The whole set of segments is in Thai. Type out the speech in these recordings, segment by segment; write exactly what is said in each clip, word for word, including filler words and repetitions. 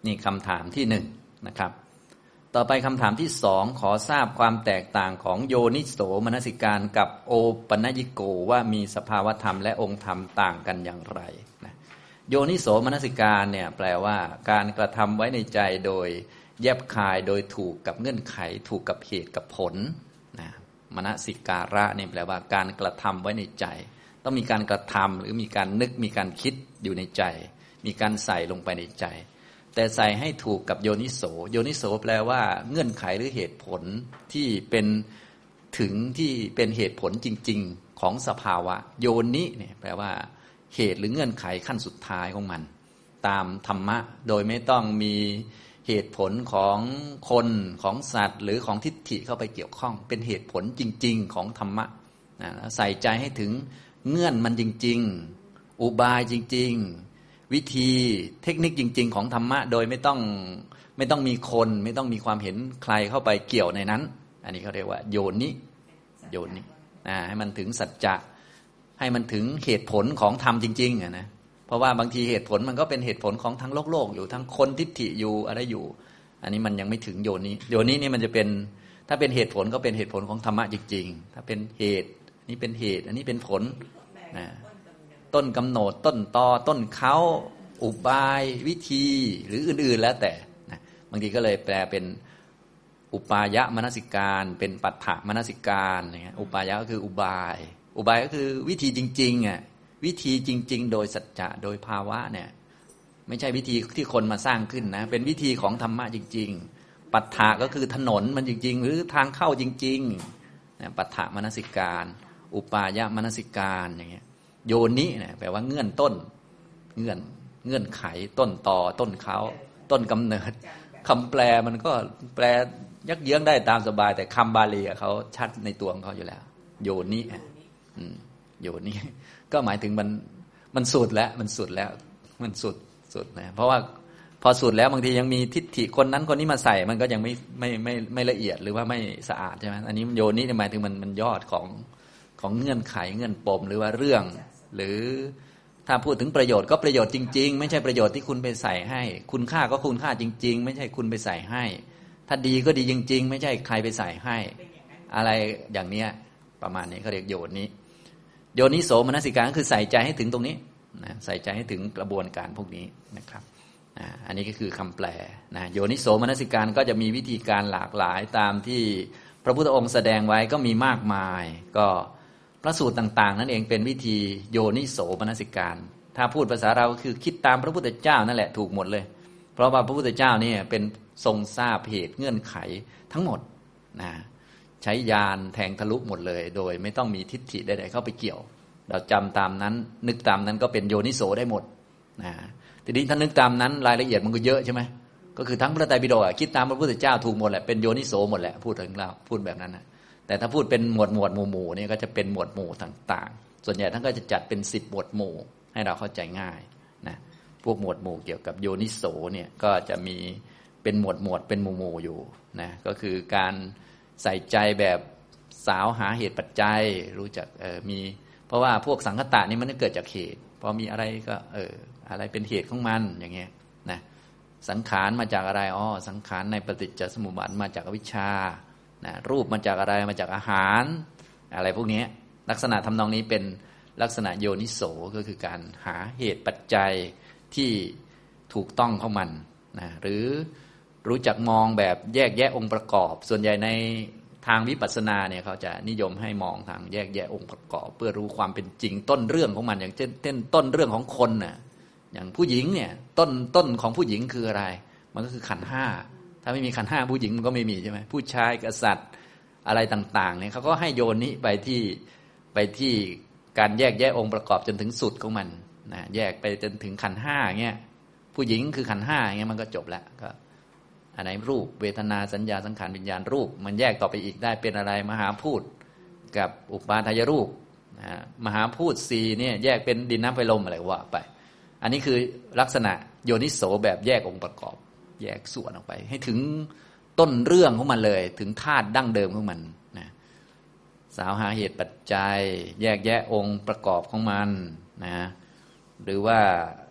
นี่คำถามที่หนึ่งนะครับต่อไปคำถามที่สองขอทราบความแตกต่างของโยนิโสมนสิการกับโอปัญญิโกว่ามีสภาวธรรมและองค์ธรรมต่างกันอย่างไรนะโยนิโสมนสิการเนี่ยแปลว่าการกระทำไว้ในใจโดยแยบคายโดยถูกกับเงื่อนไขถูกกับเหตุกับผลนะมนสิการะนี่แปลว่าการกระทำไว้ในใจต้องมีการกระทำหรือมีการนึกมีการคิดอยู่ในใจมีการใส่ลงไปในใจแต่ใส่ให้ถูกกับโยนิโสโยนิโสแปลว่าเงื่อนไขหรือเหตุผลที่เป็นถึงที่เป็นเหตุผลจริงๆของสภาวะโยนิเนี่ยแปลว่าเหตุหรือเงื่อนไขขั้นสุดท้ายของมันตามธรรมะโดยไม่ต้องมีเหตุผลของคนของสัตว์หรือของทิฏฐิเข้าไปเกี่ยวข้องเป็นเหตุผลจริงๆของธรรมะนะใส่ใจให้ถึงเงื่อนมันจริงๆอุบายจริงๆวิธีเทคนิคจริงๆของธรรมะโดยไม่ต้องไม่ต้องมีคนไม่ต้องมีความเห็นใครเข้าไปเกี่ยวในนั้นอันนี้เขาเรียกว่าโยนิโยนินะให้มันถึงสัจจะให้มันถึงเหตุผลของธรรมจริงๆนะเพราะว่าบางทีเหตุผลมันก็เป็นเหตุผลของทั้งโลกโลกอยู่ทั้งคนทิฏฐิอยู่อะไรอยู่อันนี้มันยังไม่ถึงโยนิโยนินี่มันจะเป็นถ้าเป็นเหตุผลก็เป็นเหตุผลของธรรมะจริงๆถ้าเป็นเหตุนี่เป็นเหตุอันนี้เป็นผลนะต้นกำเนิดต้นตอต้นเขาอุบายวิธีหรืออื่นๆแล้วแต่นะบางทีก็เลยแปลเป็นอุปายะมนสิการเป็นปัฏฐมนสิการอย่างเงี้ยอุปายะก็คืออุบายอุบายก็คือวิธีจริงๆอ่ะวิธีจริงๆโดยสัจจะโดยภาวะเนี่ยไม่ใช่วิธีที่คนมาสร้างขึ้นนะเป็นวิธีของธรรมะจริงๆปัฏฐะก็คือถนนมันจริงๆหรือทางเข้าจริงๆนะปัฏฐมนสิการอุปายะมนสิการอย่างเงี้ยโยนิเนี่ยแปลว่าเงื่อนต้นเงื่อนเงื่อนไขต้นตอต้นเขาต้นกำเนิดคำแปลมันก็แปลยักเยื้องได้ตามสบายแต่คำบาลีเขาชัดในตัวของเขาอยู่แล้วโยนิโยนิก็หมายถึงมันมันสุดแล้วมันสุดแล้วมันสุดสุดนะเพราะว่าพอสุดแล้วบางทียังมีทิฏฐิคนนั้นคนนี้มาใส่มันก็ยังไม่ไม่ไม่ไม่ละเอียดหรือว่าไม่สะอาดใช่ไหมอันนี้โยนิหมายถึงมันมันยอดของของเงื่อนไขเงื่อนปมหรือว่าเรื่องหรือถ้าพูดถึงประโยชน์ก็ประโยชน์จริงๆไม่ใช่ประโยชน์ที่คุณไปใส่ให้คุณค่าก็คุณค่าจริงๆไม่ใช่คุณไปใส่ให้ถ้าดีก็ดีจริงๆไม่ใช่ใครไปใส่ให้อะไรอย่างเนี้ยประมาณนี้เขาเรียกโยนิโยนิโสมนสิการก็คือใส่ใจให้ถึงตรงนี้นะใส่ใจให้ถึงกระบวนการพวกนี้นะครับนะอันนี้ก็คือคำแปลนะโยนิโสมนสิการก็จะมีวิธีการหลากหลายตามที่พระพุทธองค์แสดงไว้ก็มีมากมายก็พระสูตรต่างๆนั่นเองเป็นวิธีโยนิโสมนสิการถ้าพูดภาษาเราก็คือคิดตามพระพุทธเจ้านั่นแหละถูกหมดเลยเพราะว่าพระพุทธเจ้านี่เป็นทรงทราบเหตุเงื่อนไขทั้งหมดนะใช้ญาณแทงทะลุหมดเลยโดยไม่ต้องมีทิฏฐิใดๆเข้าไปเกี่ยวเราจำตามนั้นนึกตามนั้นก็เป็นโยนิโสได้หมดนะทีนี้ถ้านึกตามนั้นรายละเอียดมันก็เยอะใช่ไหมก็คือทั้งพระไตรปิฎกคิดตามพระพุทธเจ้าถูกหมดแหละเป็นโยนิโสหมดแหละพูดถึงเราพูดแบบนั้นนะแต่ถ้าพูดเป็นหมวดหมวดหมู่หมู่นี่ก็จะเป็นหมวดหมู่ต่างๆส่วนใหญ่ท่านก็จะจัดเป็นสิบหมวดหมู่ให้เราเข้าใจง่ายนะพวกหมวดหมู่เกี่ยวกับโยนิโสเนี่ยก็จะมีเป็นหมวดหมวดเป็นหมู่หมู่อยู่นะก็คือการใส่ใจแบบสาวหาเหตุปัจจัยรู้จักเออมีเพราะว่าพวกสังคตะนี่มันเกิดจากเหตุพอมีอะไรก็เอออะไรเป็นเหตุของมันอย่างเงี้ยนะสังขารมาจากอะไรอ๋อสังขารในปฏิจจสมุปบาทมาจากอวิชชานะรูปมาจากอะไรมาจากอาหารอะไรพวกนี้ลักษณะทำนองนี้เป็นลักษณะโยนิโสก็คือการหาเหตุปัจจัยที่ถูกต้องของมันนะหรือรู้จักมองแบบแยกแยะองค์ประกอบส่วนใหญ่ในทางวิปัสสนาเนี่ยเขาจะนิยมให้มองทางแยกแยะองค์ประกอบเพื่อรู้ความเป็นจริงต้นเรื่องของมันอย่างเช่นเช่นต้นเรื่องของคนน่ะอย่างผู้หญิงเนี่ยต้นต้นของผู้หญิงคืออะไรมันก็คือขันธ์ห้าถ้าไม่มีขันธ์ห้าผู้หญิงมันก็ไม่มีใช่ไหมผู้ชายกษัตริย์อะไรต่างๆเนี่ยเขาก็ให้โยนิไปที่ไปที่การแยกแยะองค์ประกอบจนถึงสุดของมันนะแยกไปจนถึงขันธ์ห้าเงี้ยผู้หญิงคือขันธ์ห้าเงี้ยมันก็จบแล้วก็อันไหนรูปเวทนาสัญญาสังขารวิญญาณรูปมันแยกต่อไปอีกได้เป็นอะไรมหาพูดกับอุปาทายรูปนะมหาพูดสี่เนี่ยแยกเป็นดินน้ำไฟลมอะไรว่าไปอันนี้คือลักษณะโยนิโสแบบแยกองค์ประกอบแยกส่วนออกไปให้ถึงต้นเรื่องของมันเลยถึงธาตุดั้งเดิมของมันนะสาวหาเหตุปัจจัยแยกแยะองค์ประกอบของมันนะหรือว่า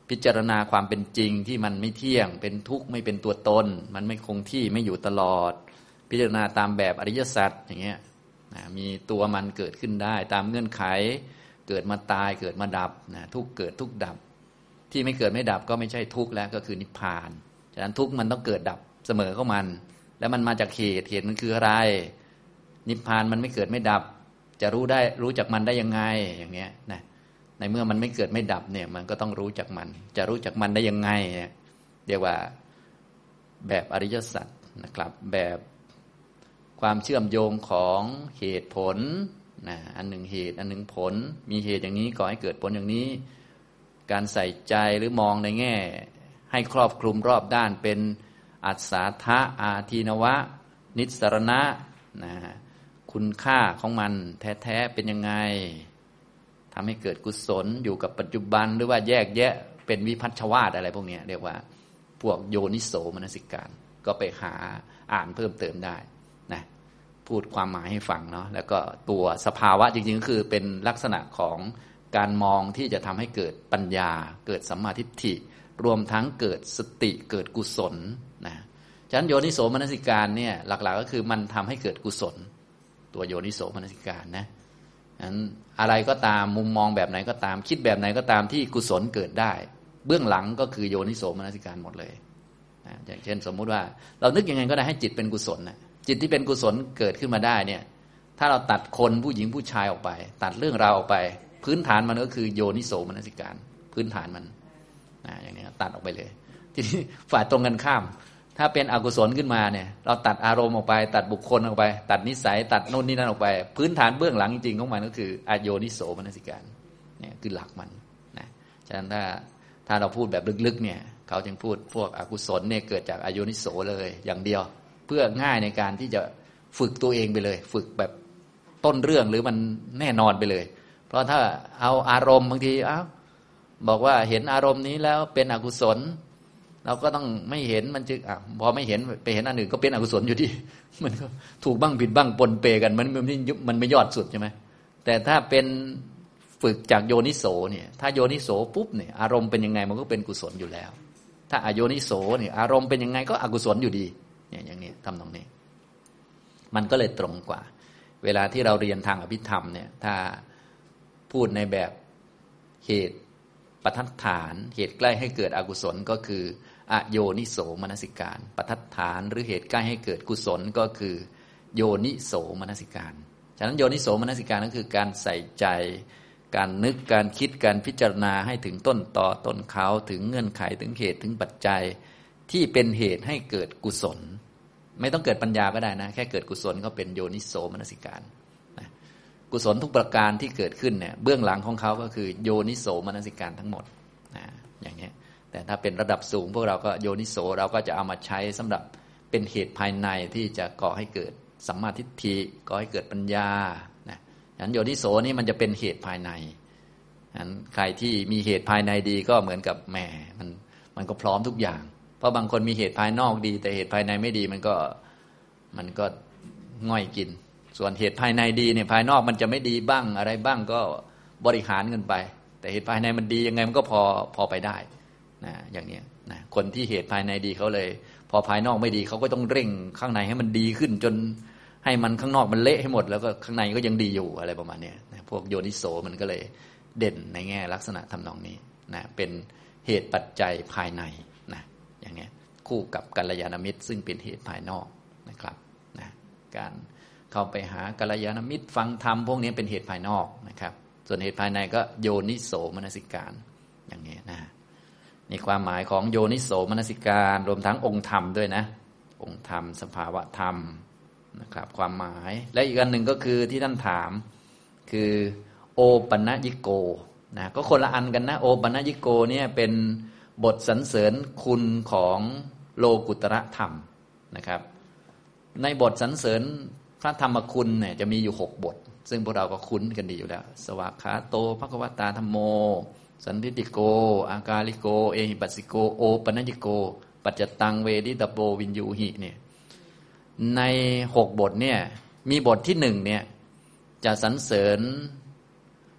พิจารณาความเป็นจริงที่มันไม่เที่ยงเป็นทุกข์ไม่เป็นตัวตนมันไม่คงที่ไม่อยู่ตลอดพิจารณาตามแบบอริยสัจอย่างเงี้ยนะมีตัวมันเกิดขึ้นได้ตามเงื่อนไขเกิดมาตายเกิดมาดับนะทุกเกิดทุกดับที่ไม่เกิดไม่ดับก็ไม่ใช่ทุกข์แล้วก็คือนิพพานฉะนั้นทุกข์มันต้องเกิดดับเสมอของมันแล้วมันมาจากเหตุเหตุมันคืออะไรนิพพานมันไม่เกิดไม่ดับจะรู้ได้รู้จักมันได้ยังไงอย่างเงี้ยนะในเมื่อมันไม่เกิดไม่ดับเนี่ยมันก็ต้องรู้จักมันจะรู้จักมันได้ยังไงเรียกว่าแบบอริยสัจนะครับแบบความเชื่อมโยงของเหตุผลนะอันหนึ่งเหตุอันหนึ่งผลมีเหตุอย่างนี้ก่อให้เกิดผลอย่างนี้การใส่ใจหรือมองในแง่ให้ครอบคลุมรอบด้านเป็นอัศทะอาทีนวะนิสสรณะนะคุณค่าของมันแท้ๆเป็นยังไงทำให้เกิดกุศลอยู่กับปัจจุบันหรือว่าแยกแยะเป็นวิพัชชวาทอะไรพวกนี้เรียกว่าพวกโยนิโสมนสิการก็ไปหาอ่านเพิ่มเติมได้นะพูดความหมายให้ฟังเนาะแล้วก็ตัวสภาวะจริงๆก็คือเป็นลักษณะของการมองที่จะทำให้เกิดปัญญาเกิดสัมมาทิฏฐิรวมทั้งเกิดสติเกิดกุศลนะฉะนั้นโยนิโสมนสิการเนี่ยหลักๆก็คือมันทำให้เกิดกุศลตัวโยนิโสมนสิการนะนั้นอะไรก็ตามมุมมองแบบไหนก็ตามคิดแบบไหนก็ตามที่กุศลเกิดได้เบื้องหลังก็คือโยนิโสมนสิการหมดเลยนะอย่างเช่นสมมุติว่าเรานึกยังไงก็ได้ให้จิตเป็นกุศลนะจิตที่เป็นกุศลเกิดขึ้นมาได้เนี่ยถ้าเราตัดคนผู้หญิงผู้ชายออกไปตัดเรื่องราวออกไปพื้นฐานมันก็คือโยนิโสมนสิการพื้นฐานมันนะอย่างนี้ตัดออกไปเลยทีนี้ฝ่ายตรงกันข้ามถ้าเป็นอกุศลขึ้นมาเนี่ยเราตัดอารมณ์ออกไปตัดบุคคลออกไปตัดนิสัยตัดโน่นนี่นั่นออกไปพื้นฐานเบื้องหลังจริงๆของมันก็คืออโยนิโสมนสิการเนี่ยคือหลักมันนะฉะนั้นถ้าถ้าเราพูดแบบลึกๆเนี่ยเขาจึงพูดพวกอกุศลเนี่ยเกิดจากอโยนิโสเลยอย่างเดียวเพื่อง่ายในการที่จะฝึกตัวเองไปเลยฝึกแบบต้นเรื่องหรือมันแน่นอนไปเลยเพราะถ้าเอาอารมณ์บางทีอ้าวบอกว่าเห็นอารมณ์นี้แล้วเป็นอกุศลเราก็ต้องไม่เห็นมันจึงอ่ะพอไม่เห็นไปเห็นอันอื่นก็เป็นอกุศลอยู่ดีมันก็ถูกบ้างผิดบ้างปนเปกันมันมันมันไม่ยอดสุดใช่ไหมแต่ถ้าเป็นฝึกจากโยนิโสเนี่ยถ้าโยนิโสปุ๊บเนี่ยอารมณ์เป็นยังไงมันก็เป็นกุศลอยู่แล้วถ้าอโยนิโสเนี่ยอารมณ์เป็นยังไงก็อกุศลอยู่ดีเนี่ยอย่างนี้ทำตรงนี้มันก็เลยตรงกว่าเวลาที่เราเรียนทางอภิธรรมเนี่ยถ้าพูดในแบบเหตุปทัฏฐานเหตุใกล้ให้เกิดอกุศลก็คืออโยนิโสมนสิการปทัฏฐานหรือเหตุใกล้ให้เกิดกุศลก็คือโยนิโสมนสิการฉะนั้นโยนิโสมนสิการก็คือการใส่ใจการนึกการคิดการพิจารณาให้ถึงต้นตอต้นเขาถึงเงื่อนไขถึงเหตุถึงปัจจัยที่เป็นเหตุให้เกิดกุศลไม่ต้องเกิดปัญญาก็ได้นะแค่เกิดกุศลก็เป็นโยนิโสมนสิการนะกุศลทุกประการที่เกิดขึ้นเนี่ยเบื้องหลังของเขาก็คือโยนิโสมนสิการทั้งหมดนะอย่างนี้แต่ถ้าเป็นระดับสูงพวกเราก็โยนิโสเราก็จะเอามาใช้สำหรับเป็นเหตุภายในที่จะก่อให้เกิดสัมมาทิฏฐิก่อให้เกิดปัญญานะงั้นโยนิโสนี่มันจะเป็นเหตุภายในงั้นใครที่มีเหตุภายในดีก็เหมือนกับแหมมันมันก็พร้อมทุกอย่างเพราะบางคนมีเหตุภายนอกดีแต่เหตุภายในไม่ดีมันก็มันก็ง่อยกินส่วนเหตุภายในดีเนี่ยภายนอกมันจะไม่ดีบ้างอะไรบ้างก็บริหารกันไปแต่เหตุภายในมันดียังไงมันก็พอพอไปได้นะอย่างนี้นะคนที่เหตุภายในดีเขาเลยพอภายนอกไม่ดีเขาก็ต้องเร่งข้างในให้มันดีขึ้นจนให้มันข้างนอกมันเละให้หมดแล้วก็ข้างในก็ยังดีอยู่อะไรประมาณนี้นะพวกโยนิโสมันก็เลยเด่นในแง่ลักษณะทำนองนี้นะเป็นเหตุปัจจัยภายในนะอย่างนี้คู่กับกัลยาณมิตรซึ่งเป็นเหตุภายนอกนะครับนะการเข้าไปหากัลยาณมิตรฟังธรรมพวกนี้เป็นเหตุภายนอกนะครับส่วนเหตุภายในก็โยนิโสมนสิการอย่างนี้นะนี่ความหมายของโยนิโสมนสิการรวมทั้งองค์ธรรมด้วยนะองค์ธรรมสภาวะธรรมนะครับความหมายและอีกอันหนึ่งก็คือที่ท่านถามคือโอปัญญิโกนะก็คนละอันกันนะโอปัญญิโกเนี่ยเป็นบทสรรเสริญคุณของโลกุตระธรรมนะครับในบทสรรเสริญพระธรรมคุณเนี่ยจะมีอยู่หกบทซึ่งพวกเราก็คุ้นกันดีอยู่แล้วสวากขาโตภควตาธัมโมสันทิติโกอากาลิโกเอหิปัสสิโกโอปัญญิโกปัจจตังเวดิตโปวินยูหิเนี่ยในหกบทเนี่ยมีบทที่หนึ่งเนี่ยจะสรรเสริญ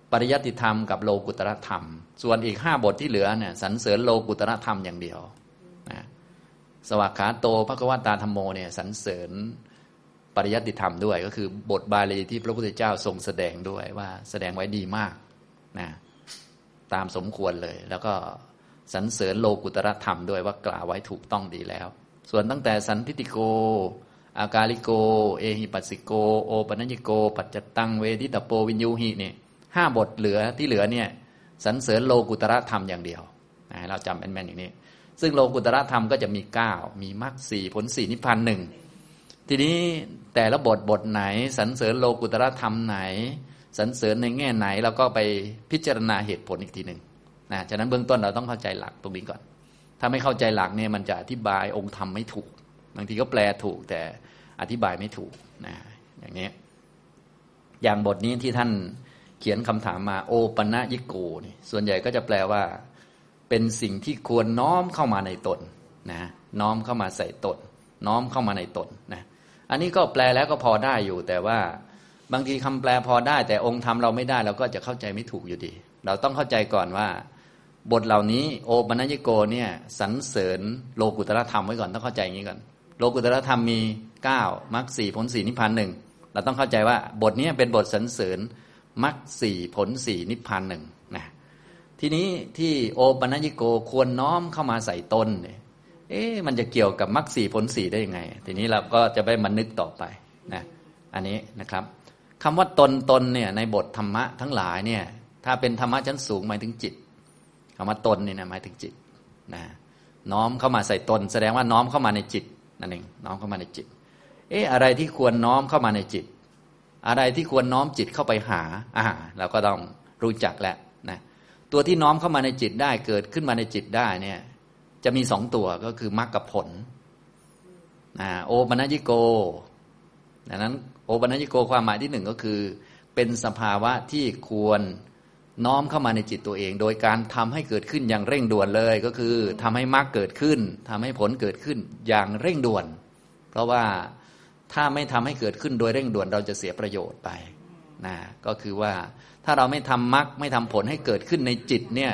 ปริยัติธรรมกับโลกุตตรธรรมส่วนอีกห้าบทที่เหลือเนี่ยสรรเสริญโลกุตตรธรรมอย่างเดียวนะสวากขาโตภควตาธัมโมเนี่ยสรรเสริญปริยัติธรรมด้วยก็คือบทบาลีที่พระพุทธเจ้าทรงแสดงด้วยว่าแสดงไว้ดีมากนะตามสมควรเลยแล้วก็สรรเสริญโลกุตตรธรรมด้วยว่ากล่าวไว้ถูกต้องดีแล้วส่วนตั้งแต่สันทิติโกอากาลิโกเอหิปัสสิโกโอปัญญิโกปัจจตังเวทิตโปวินยูหิเนี่ยห้าบทเหลือที่เหลือเนี่ยสรรเสริญโลกุตตรธรรมอย่างเดียวนะเราจำแม่นๆอย่างนี้ซึ่งโลกุตตรธรรมก็จะมีเก้ามีมรรคสี่ผลสี่นิพพานหนึ่งทีนี้แต่ละบทบทไหนสรรเสริญโลกุตตรธรรมไหนสรรเสริญในแง่ไหนเราก็ไปพิจารณาเหตุผลอีกทีหนึ่งนะฉะนั้นเบื้องต้นเราต้องเข้าใจหลักตรงนี้ก่อนถ้าไม่เข้าใจหลักเนี่ยมันจะอธิบายองค์ธรรมไม่ถูกบางทีก็แปลถูกแต่อธิบายไม่ถูกนะอย่างนี้อย่างบทนี้ที่ท่านเขียนคำถามมาโอปัญญิโกนี่ส่วนใหญ่ก็จะแปลว่าเป็นสิ่งที่ควรน้อมเข้ามาในตนนะน้อมเข้ามาใส่ตนน้อมเข้ามาในตนนะอันนี้ก็แปลแล้วก็พอได้อยู่แต่ว่าบางทีคำแปลพอได้แต่องค์ธรรมเราไม่ได้เราก็จะเข้าใจไม่ถูกอยู่ดีเราต้องเข้าใจก่อนว่าบทเหล่านี้โอปัญญิโกเนี่ยสรรเสริญโลกุตตรธรรมไว้ก่อนต้องเข้าใจอย่างนี้ก่อนโลกุตตรธรรมมีเก้ามรรคสี่ผลสี่นิพพานหนึ่งเราต้องเข้าใจว่าบทนี้เป็นบทสรรเสริญมรรคสี่ผลสี่นิพพานหนึ่งนะทีนี้ที่โอปัญญิโกควรน้อมเข้ามาใส่ตนเนี่ยเอ๊ะมันจะเกี่ยวกับมรรคสี่ผลสี่ได้ยังไงทีนี้เราก็จะไปมานึกต่อไปนะอันนี้นะครับคำว่าตนตนเนี่ยในบทธรรมะทั้งหลายเนี่ยถ้าเป็นธรรมะชั้นสูงหมายถึงจิตคำว่าตนนี่นะหมายถึงจิตนะน้อมเข้ามาใส่ตนแสดงว่าน้อมเข้ามาในจิตนั่นเองน้อมเข้ามาในจิตเอ๊ะอะไรที่ควรน้อมเข้ามาในจิตอะไรที่ควรน้อมจิตเข้าไปหาอ่าเราก็ต้องรู้จักแหละนะตัวที่น้อมเข้ามาในจิตได้เกิดขึ้นมาในจิตได้เนี่ยจะมีสองตัวก็คือมรรคกับผลนะโอปัญญิโกดังนั้นโอปัญญิโกความหมายที่หนึ่งก็คือเป็นสภาวะที่ควรน้อมเข้ามาในจิตตัวเองโดยการทำให้เกิดขึ้นอย่างเร่งด่วนเลยก็คือทำให้มรรคเกิดขึ้นทำให้ผลเกิดขึ้นอย่างเร่งด่วนเพราะว่าถ้าไม่ทำให้เกิดขึ้นโดยเร่งด่วนเราจะเสียประโยชน์ไปนะก็คือว่าถ้าเราไม่ทำมรรคไม่ทำผลให้เกิดขึ้นในจิตเนี่ย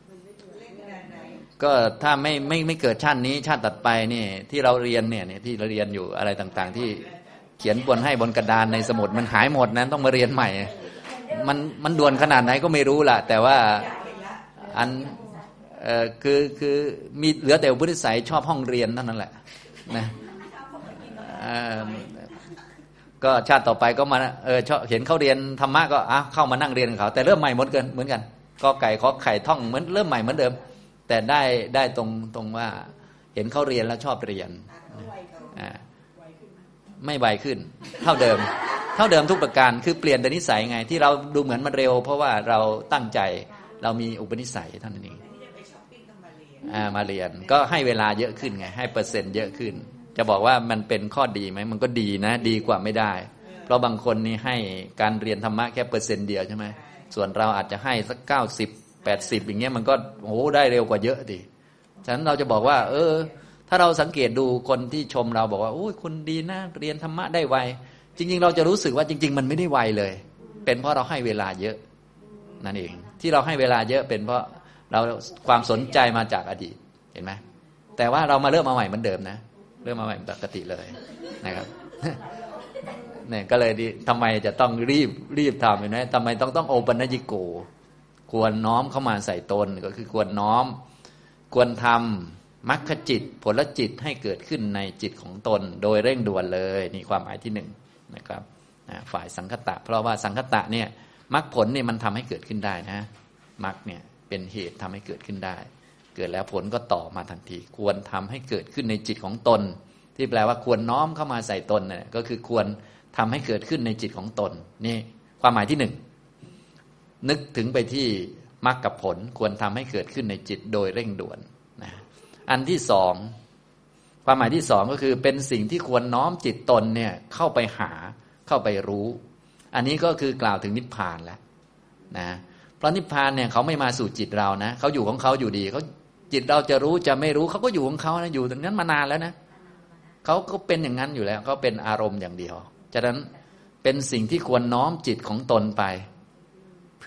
ก็ถ้าไม่ไม่ไม่เกิดชาตินี้ชาติตัดไปนี่ที่เราเรียนเนี่ยที่เราเรียนอยู่อะไรต่างๆที่เขียนบนให้บนกระดานในสมุดมันหายหมดนั้นต้องมาเรียนใหม่มันมันด่วนขนาดไหนก็ไม่รู้ล่ะแต่ว่าอันเอ่อคือคือมีเหลือแต่อุปนิสัยชอบห้องเรียนเท่านั้นแหละนะก็ชาติต่อไปก็มาเออชอบเห็นเขาเรียนธรรมะก็อ่ะเข้ามานั่งเรียนกับเขาแต่เริ่มใหม่หมดเกินเหมือนกันก็ไก่ขอไข่ท่องเหมือนเริ่มใหม่เหมือนเดิมแต่ได้ได้ตรงตรงว่าเห็นเขาเรียนแล้วชอบเรียนอ่าไม่ไวขึ้นเท่าเดิมเท่าเดิมทุกประการคือเปลี่ยนแต่นิสัยไงที่เราดูเหมือนมันเร็วเพราะว่าเราตั้งใจเรามีอุปนิสัยเท่านั้นเองอ่ามาเรียนก็ให้เวลาเยอะขึ้นไงให้เปอร์เซ็นต์เยอะขึ้นจะบอกว่ามันเป็นข้อดีไหมมันก็ดีนะดีกว่าไม่ได้เพราะบางคนนี่ให้การเรียนธรรมะแค่เปอร์เซ็นต์เดียวใช่ไหมส่วนเราอาจจะให้สักเก้าสิบแปดสิบอย่างเงี้ยมันก็โอ้ได้เร็วกว่าเยอะดิฉะนั้นเราจะบอกว่าเออถ้าเราสังเกตดูคนที่ชมเราบอกว่าโอ้ยคุณดีนะเรียนธรรมะได้ไวจริงๆเราจะรู้สึกว่าจริงๆมันไม่ได้ไวเลยเป็นเพราะเราให้เวลาเยอะนั่นเองที่เราให้เวลาเยอะเป็นเพราะเราความสนใจมาจากอดีตเห็นไหมแต่ว่าเรามาเริ่มมาใหม่เหมือนเดิมนะเริ่มมาใหม่ปกติเลยนะครับเนี่ยก็เลยทำไมจะต้องรีบรีบทำเห็นไหมทำไมต้องต้องโอปัญญิโกควรน้อมเข้ามาใส่ตนก็คือควรน้อมควรทำมรรคจิตผลจิตให้เกิดขึ้นในจิตของตนโดยเร่งด่วนเลยนี่ความหมายที่หนึ่งนะครับฝ่ายสังคตะเพราะว่าสังคตะเนี่ยมรรคผลเนี่ยมันทำให้เกิดขึ้นได้นะมรรคเนี่ยเป็นเหตุทำให้เกิดขึ้นได้เกิดแล้วผลก็ต่อมาทันทีควรทำให้เกิดขึ้นในจิตของตนที่แปลว่าควรน้อมเข้ามาใส่ตนเนี่ยก็คือควรทำให้เกิดขึ้นในจิตของตนนี่ความหมายที่หนึ่งนึกถึงไปที่มรรคกับผลควรทำให้เกิดขึ้นในจิตโดยเร่งด่วนนะอันที่สองความหมายที่สองก็คือเป็นสิ่งที่ควรน้อมจิตตนเนี่ยเข้าไปหาเข้าไปรู้อันนี้ก็คือกล่าวถึงนิพพานแล้วนะเพราะนิพพานเนี่ยเขาไม่มาสู่จิตเรานะเขาอยู่ของเขาอยู่ดีเขาจิตเราจะรู้จะไม่รู้เขาก็อยู่ของเขานะอยู่ตรงนั้นมานานแล้วนะเขาก็เป็นอย่างนั้นอยู่แล้วเขาเป็นอารมณ์อย่างเดียวฉะนั้นเป็นสิ่งที่ควรน้อมจิตของตนไปเ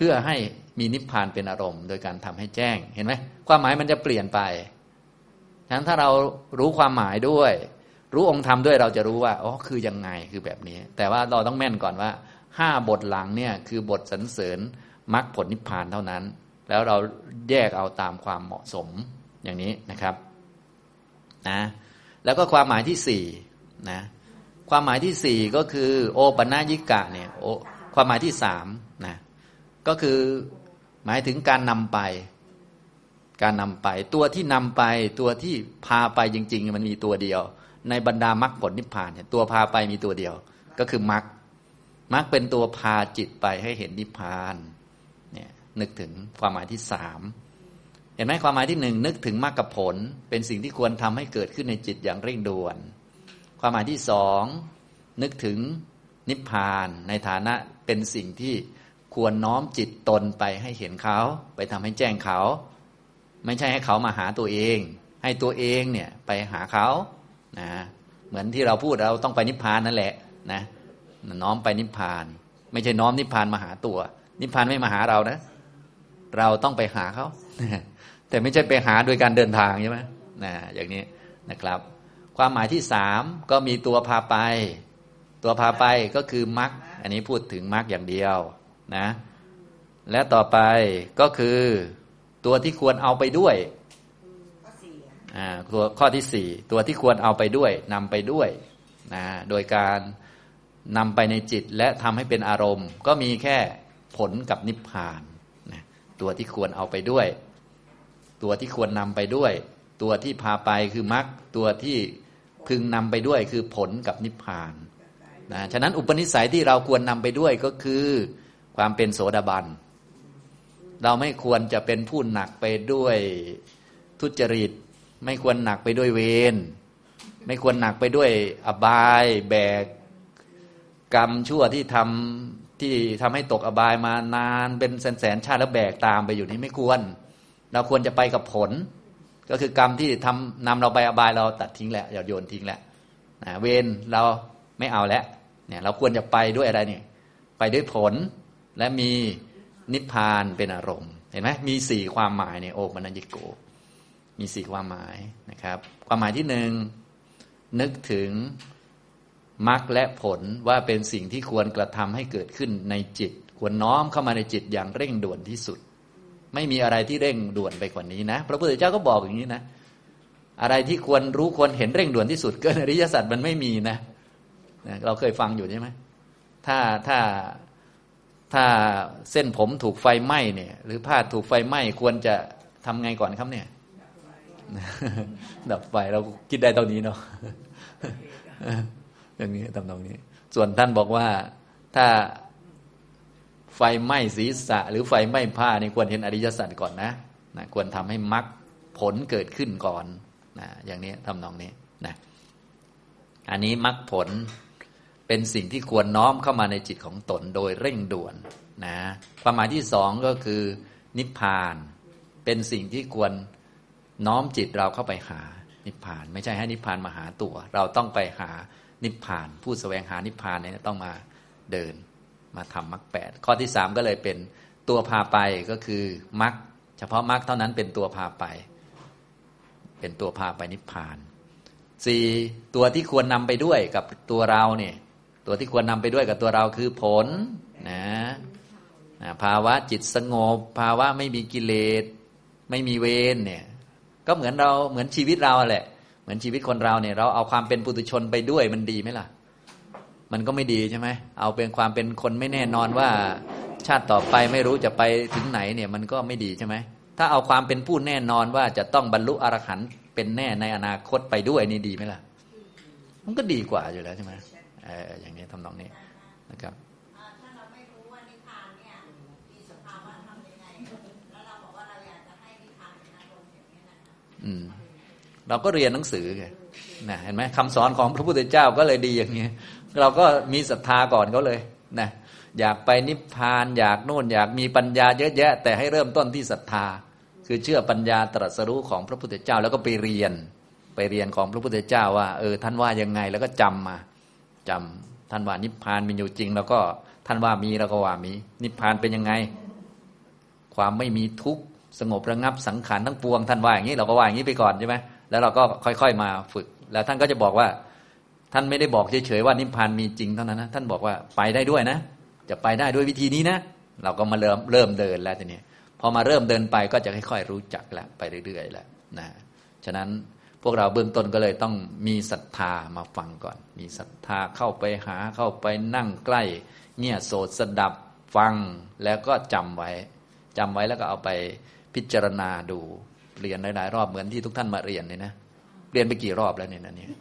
พื่อให้มีนิพพานเป็นอารมณ์โดยการทำให้แจ้งเห็นไหมความหมายมันจะเปลี่ยนไปฉะนั้นถ้าเรารู้ความหมายด้วยรู้องค์ธรรมด้วยเราจะรู้ว่าอ๋อคือยังไงคือแบบนี้แต่ว่าเราต้องแม่นก่อนว่าห้าบทหลังเนี่ยคือบทสรรเสริญมรรคผลนิพพานเท่านั้นแล้วเราแยกเอาตามความเหมาะสมอย่างนี้นะครับนะแล้วก็ความหมายที่สี่นะความหมายที่สี่ก็คือโอปัญญิกะเนี่ยโอความหมายที่สามนะก็คือหมายถึงการนำไปการนำไปตัวที่นำไปตัวที่พาไปจริงๆมันมีตัวเดียวในบรรดามรรคผลนิพพานเนี่ยตัวพาไปมีตัวเดียวก็คือมรรคมรรคเป็นตัวพาจิตไปให้เห็นนิพพานเนี่ยนึกถึงความหมายที่สามเห็นไหมความหมายที่หนึ่งนึกถึงมรรคผลเป็นสิ่งที่ควรทำให้เกิดขึ้นในจิตอย่างเร่งด่วนความหมายที่สองนึกถึงนิพพานในฐานะเป็นสิ่งที่ควรน้อมจิตตนไปให้เห็นเขาไปทำให้แจ้งเขาไม่ใช่ให้เขามาหาตัวเองให้ตัวเองเนี่ยไปหาเขานะเหมือนที่เราพูดเราต้องไปนิพพานนั่นแหละนะน้อมไปนิพพานไม่ใช่น้อมนิพพานมาหาตัวนิพพานไม่มาหาเรานะเราต้องไปหาเขาแต่ไม่ใช่ไปหาโดยการเดินทางใช่ไหมนะอย่างนี้นะครับความหมายที่สามก็มีตัวพาไปตัวพาไปก็คือมรรคอันนี้พูดถึงมรรคอย่างเดียวนะและต่อไปก็คือตัวที่ควรเอาไปด้วยอ่าตัวข้อที่สี่ตัวที่ควรเอาไปด้วยนำไปด้วยนะโดยการนำไปในจิตและทำให้เป็นอารมณ์ก็มีแค่ผลกับนิพพานนะตัวที่ควรเอาไปด้วยตัวที่ควรนำไปด้วยตัวที่พาไปคือมรรคตัวที่พึงนำไปด้วยคือผลกับนิพพานนะฉะนั้นอุปนิสัยที่เราควรนำไปด้วยก็คือความเป็นโสดาบันเราไม่ควรจะเป็นผู้หนักไปด้วยทุจริตไม่ควรหนักไปด้วยเวรไม่ควรหนักไปด้วยอบายแบกกรรมชั่วที่ทำที่ทำให้ตกอบายมานานเป็นแสนแสนชาติแล้วแบกตามไปอยู่นี้ไม่ควรเราควรจะไปกับผลก็คือกรรมที่ทำนำเราไปอบายเราตัดทิ้งแล้วอย่าโยนทิ้งแล้วนะเวรเราไม่เอาแล้วเนี่ยเราควรจะไปด้วยอะไรเนี่ยไปด้วยผลและมีนิพพานเป็นอารมณ์เห็นไหมมีสี่ความหมายในโอปัญญิโกมีสี่ความหมายนะครับความหมายที่หนึ่งนึกถึงมรรคและผลว่าเป็นสิ่งที่ควรกระทำให้เกิดขึ้นในจิตควรน้อมเข้ามาในจิตอย่างเร่งด่วนที่สุดไม่มีอะไรที่เร่งด่วนไปกว่านี้นะพระพุทธเจ้าก็บอกอย่างนี้นะอะไรที่ควรรู้ควรเห็นเร่งด่วนที่สุดเกินอริยสัจมันไม่มีนะเราเคยฟังอยู่ใช่ไหมถ้าถ้าถ้าเส้นผมถูกไฟไหม้เนี่ยหรือผ้าถูกไฟไหม้ควรจะทำไงก่อนครับเนี่ยดับไฟเราคิดได้เท่านี้เนาะอย่างนี้ทำตรงนี้ส่วนท่านบอกว่าถ้าไฟไหม้ศีรษะหรือไฟไหม้ผ้านี่ควรเห็นอริยสัจก่อนนะนะควรทำให้มรรคผลเกิดขึ้นก่อนนะอย่างนี้ทำนองนี้นะอันนี้มรรคผลเป็นสิ่งที่ควรน้อมเข้ามาในจิตของตนโดยเร่งด่วนนะความหมายที่สองก็คือนิพพานเป็นสิ่งที่ควรน้อมจิตเราเข้าไปหานิพพานไม่ใช่ให้นิพพานมาหาตัวเราต้องไปหานิพพานผู้แสวงหานิพพานเนี่ยต้องมาเดินมาทำมรรคแปดข้อที่สามก็เลยเป็นตัวพาไปก็คือมรรคเฉพาะมรรคเท่านั้นเป็นตัวพาไปเป็นตัวพาไปนิพพานสี่ตัวที่ควรนำไปด้วยกับตัวเราเนี่ยตัวที่ควรนำไปด้วยกับตัวเราคือผลนะภาวะจิตสงบภาวะไม่มีกิเลสไม่มีเวรเนี่ยก็เหมือนเราเหมือนชีวิตเราแหละเหมือนชีวิตคนเราเนี่ยเราเอาความเป็นปุถุชนไปด้วยมันดีไหมล่ะมันก็ไม่ดีใช่ไหมเอาเป็นความเป็นคนไม่แน่นอนว่าชาติต่อไปไม่รู้จะไปถึงไหนเนี่ยมันก็ไม่ดีใช่ไหมถ้าเอาความเป็นผู้แน่นอนว่าจะต้องบรรลุอรหันต์เป็นแน่ในอนาคตไปด้วยนี่ดีไหมล่ะมันก็ดีกว่าอยู่แล้วใช่ไหมเอออย่างนี้ทำนองนี้นะครับถ้าเราไม่รู้ว่านิพพานเนี่ยมีสภาวะทำยังไงแล้วเราบอกว่าเราอยากจะให้นิพพานเป็นอารมณ์อย่างนี้นะอืมเราก็เรียนหนังสือไงนะเห็นไหมคำสอนของพระพุทธเจ้าก็เลยดีอย่างนี้เราก็มีศรัทธาก่อนเขาเลยนะอยากไปนิพพานอยากโน่นอยากมีปัญญาเยอะแยะแต่ให้เริ่มต้นที่ศรัทธาคือเชื่อปัญญาตรัสรู้ของพระพุทธเจ้าแล้วก็ไปเรียนไปเรียนของพระพุทธเจ้าว่าเออท่านว่ายังไงแล้วก็จำมาจำท่านว่านิพพานมีอยู่จริงแล้วก็ท่านว่ามีแล้วก็ว่ามีนิพพานเป็นยังไงความไม่มีทุกข์สงบระงับสังขารทั้งปวงท่านว่าอย่างนี้เราก็ว่าอย่างนี้ไปก่อนใช่ไหมแล้วเราก็ค่อยๆมาฝึกแล้วท่านก็จะบอกว่าท่านไม่ได้บอกเฉยๆว่านิพพานมีจริงเท่านั้นนะท่านบอกว่าไปได้ด้วยนะจะไปได้ด้วยวิธีนี้นะเราก็มาเริ่มเริ่มเดินแล้วทีนี้พอมาเริ่มเดินไปก็จะค่อยๆรู้จักแล้วไปเรื่อยๆแล้วนะฉะนั้นพวกเราเบื้องต้นก็เลยต้องมีศรัทธามาฟังก่อนมีศรัทธาเข้าไปหาเข้าไปนั่งใกล้เงี่ยโสดสดับฟังแล้วก็จำไว้จำไว้แล้วก็เอาไปพิจารณาดูเรียนหลายๆรอบเหมือนที่ทุกท่านมาเรียนเลยนะเรียนไปกี่รอบแล้วเนี่ยนะเนี่ย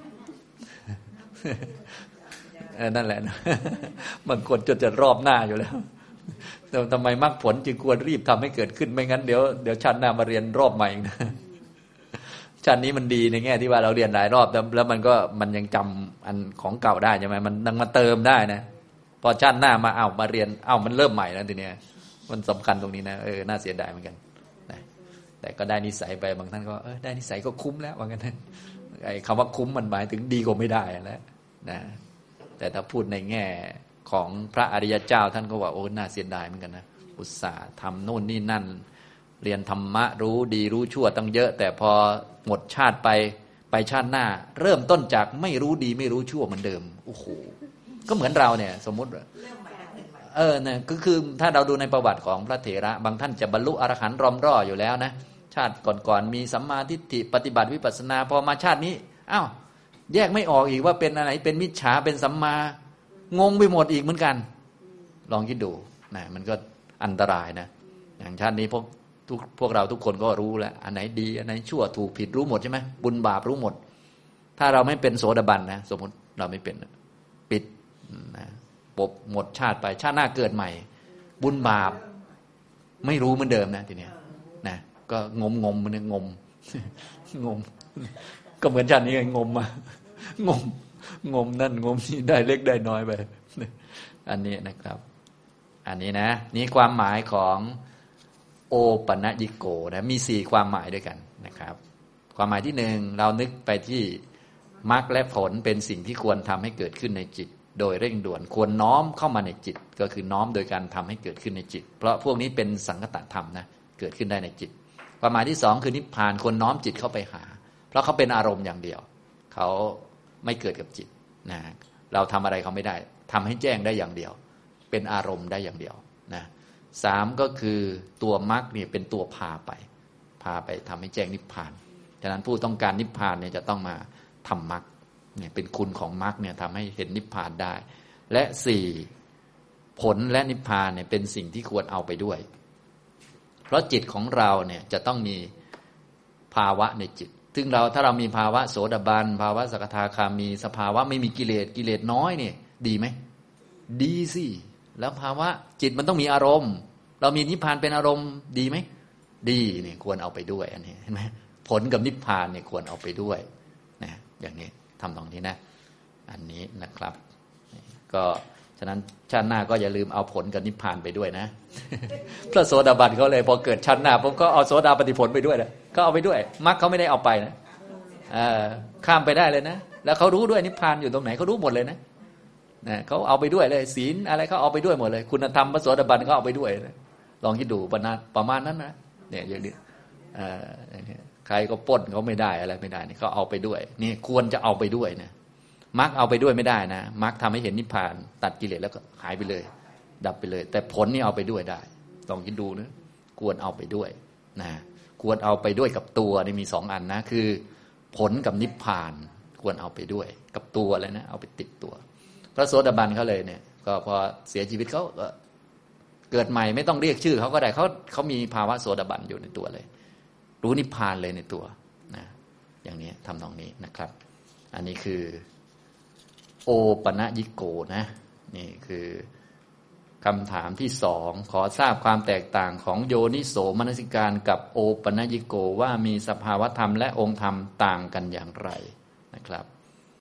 นั่นแหละนะบางคนจนจะรอบหน้าอยู่แล้วแต่ทำไมมรรคผลจึงควรรีบทำให้เกิดขึ้นไม่งั้นเดี๋ยวเดี๋ยวชาติหน้ามาเรียนรอบใหม่นะชาตินี้มันดีในแง่ที่ว่าเราเรียนหลายรอบแล้วมันก็มันยังจำอันของเก่าได้ใช่ไหมมันยังมาเติมได้นะพอชาติหน้ามาเอามาเรียนเอามันเริ่มใหม่แล้วทีเนี้ยมันสำคัญตรงนี้นะเออน่าเสียดายเหมือนกันแต่ก็ได้นิสัยไปบางท่านก็เออได้นิสัยก็คุ้มแล้วว่างั้นไอ้คำว่าคุ้มมันหมายถึงดีกว่าไม่ได้แล้วนะแต่ถ้าพูดในแง่ของพระอริยเจ้าท่านก็ว่าโอ้น่าเสียดายเหมือนกันนะอุตส่าห์ทำโน่นนี่นั่นเรียนธรรมะรู้ดีรู้ชั่วตั้งเยอะแต่พอหมดชาติไปไปชาติหน้าเริ่มต้นจากไม่รู้ดีไม่รู้ชั่วเหมือนเดิมโอ้โหก็เหมือนเราเนี่ยสมมุติเออเนี่ยก็คือถ้าเราดูในประวัติของพระเถระบางท่านจะบรรลุอรหันต์รอมร่ออยู่แล้วนะชาติก่อนๆมีสัมมาทิฏฐิปฏิบัติวิปัสสนาพอมาชาตินี้อ้าวแยกไม่ออกอีกว่าเป็นอะไรเป็นมิจฉาเป็นสัมมางงไปหมดอีกเหมือนกันลองคิดดูนะมันก็อันตรายนะอย่างชาตินี้พวกทุกพวกเราทุกคนก็รู้แล้วอันไหนดีอันไหนชั่วถูกผิดรู้หมดใช่ไหมบุญบาปรู้หมดถ้าเราไม่เป็นโสดาบันนะสมมติเราไม่เป็นปิดนะปบหมดชาติไปชาติหน้าเกิดใหม่บุญบาปไม่รู้เหมือนเดิมนะทีเนี้ยนะก็งมงมมันงมงมก็เหมือนชาตินี้งมมางมงมนั่นงมนี่ได้เล็กได้น้อยไปอันนี้นะครับอันนี้นะนี่ความหมายของโอปัญญิโกนะมีสี่ความหมายด้วยกันนะครับความหมายที่หนึ่งเรานึกไปที่มรรคและผลเป็นสิ่งที่ควรทำให้เกิดขึ้นในจิตโดยเร่งด่วนควรน้อมเข้ามาในจิตก็คือน้อมโดยการทำให้เกิดขึ้นในจิตเพราะพวกนี้เป็นสังคตธรรมนะเกิดขึ้นได้ในจิตความหมายที่สองคือนิพพานควรน้อมจิตเข้าไปหาเพราะเขาเป็นอารมณ์อย่างเดียวเขาไม่เกิดกับจิตนะเราทำอะไรเขาไม่ได้ทำให้แจ้งได้อย่างเดียวเป็นอารมณ์ได้อย่างเดียวนะสามก็คือตัวมรรคเนี่ยเป็นตัวพาไปพาไปทำให้แจ้งนิพพานฉะนั้นผู้ต้องการนิพพานเนี่ยจะต้องมาทำมรรคเนี่ยเป็นคุณของมรรคเนี่ยทำให้เห็นนิพพานได้และสี่ผลและนิพพานเนี่ยเป็นสิ่งที่ควรเอาไปด้วยเพราะจิตของเราเนี่ยจะต้องมีภาวะในจิตซึ่งเราถ้าเรามีภาวะโสดาบันภาวะสกทาคามีสภาวะไม่มีกิเลสกิเลสน้อยเนี่ยดีไหมดีสิแล้วภาวะจิตมันต้องมีอารมณ์เรามีนิพพานเป็นอารมณ์ดีไหมดีเนี่ยควรเอาไปด้วยอันนี้เห็นไหมผลกับนิพพานเนี่ยควรเอาไปด้วยนะอย่างนี้ทำตรงนี้นะอันนี้นะครับก็ฉะนั้นชาติหน้าก็อย่าลืมเอาผลกับนิพพานไปด้วยนะพระโสดาบันเขาเลยพอเกิดชาติหน้าผมก็เอาโสดาปฏิผลไปด้วยนะก็เอาไปด้วยมรรคเขาไม่ได้เอาไปนะข้ามไปได้เลยนะแล้วเขารู้ด้วยนิพพานอยู่ตรงไหนเขารู้หมดเลยนะนะเขาเอาไปด้วยเลยศีลอะไรเขาเอาไปด้วยหมดเลยคุณธรรมพระโสดาบันเขาเอาไปด้วยนะลองคิดดูประมาณนั้นนะเนี่ยอย่างนี้ใครก็ปล้นเขาไม่ได้อะไรไม่ได้นี่เขาเอาไปด้วยนี่ควรจะเอาไปด้วยนะมรรคเอาไปด้วยไม่ได้นะมรรคทำให้เห็นนิพพานตัดกิเลสแล้วก็หายไปเลยดับไปเลยแต่ผลนี่เอาไปด้วยได้ลองคิดดูนะควรเอาไปด้วยนะควรเอาไปด้วยกับตัวนี่มีสองอันนะคือผลกับนิพพานควรเอาไปด้วยกับตัวเลยนะเอาไปติดตัวพระโสดาบันเขาเลยเนี่ยก็พอเสียชีวิตเขาก็เกิดใหม่ไม่ต้องเรียกชื่อเขาก็ได้เขาเขามีภาวะโสดาบันอยู่ในตัวเลยรู้นิพพานเลยในตัวนะอย่างนี้ทำนองนี้นะครับอันนี้คือโอปัญญิโกนะนี่คือคำถามที่สองขอทราบความแตกต่างของโยนิโสมนสิการกับโอปัญญิโกว่ามีสภาวธรรมและองค์ธรรมต่างกันอย่างไรนะครับ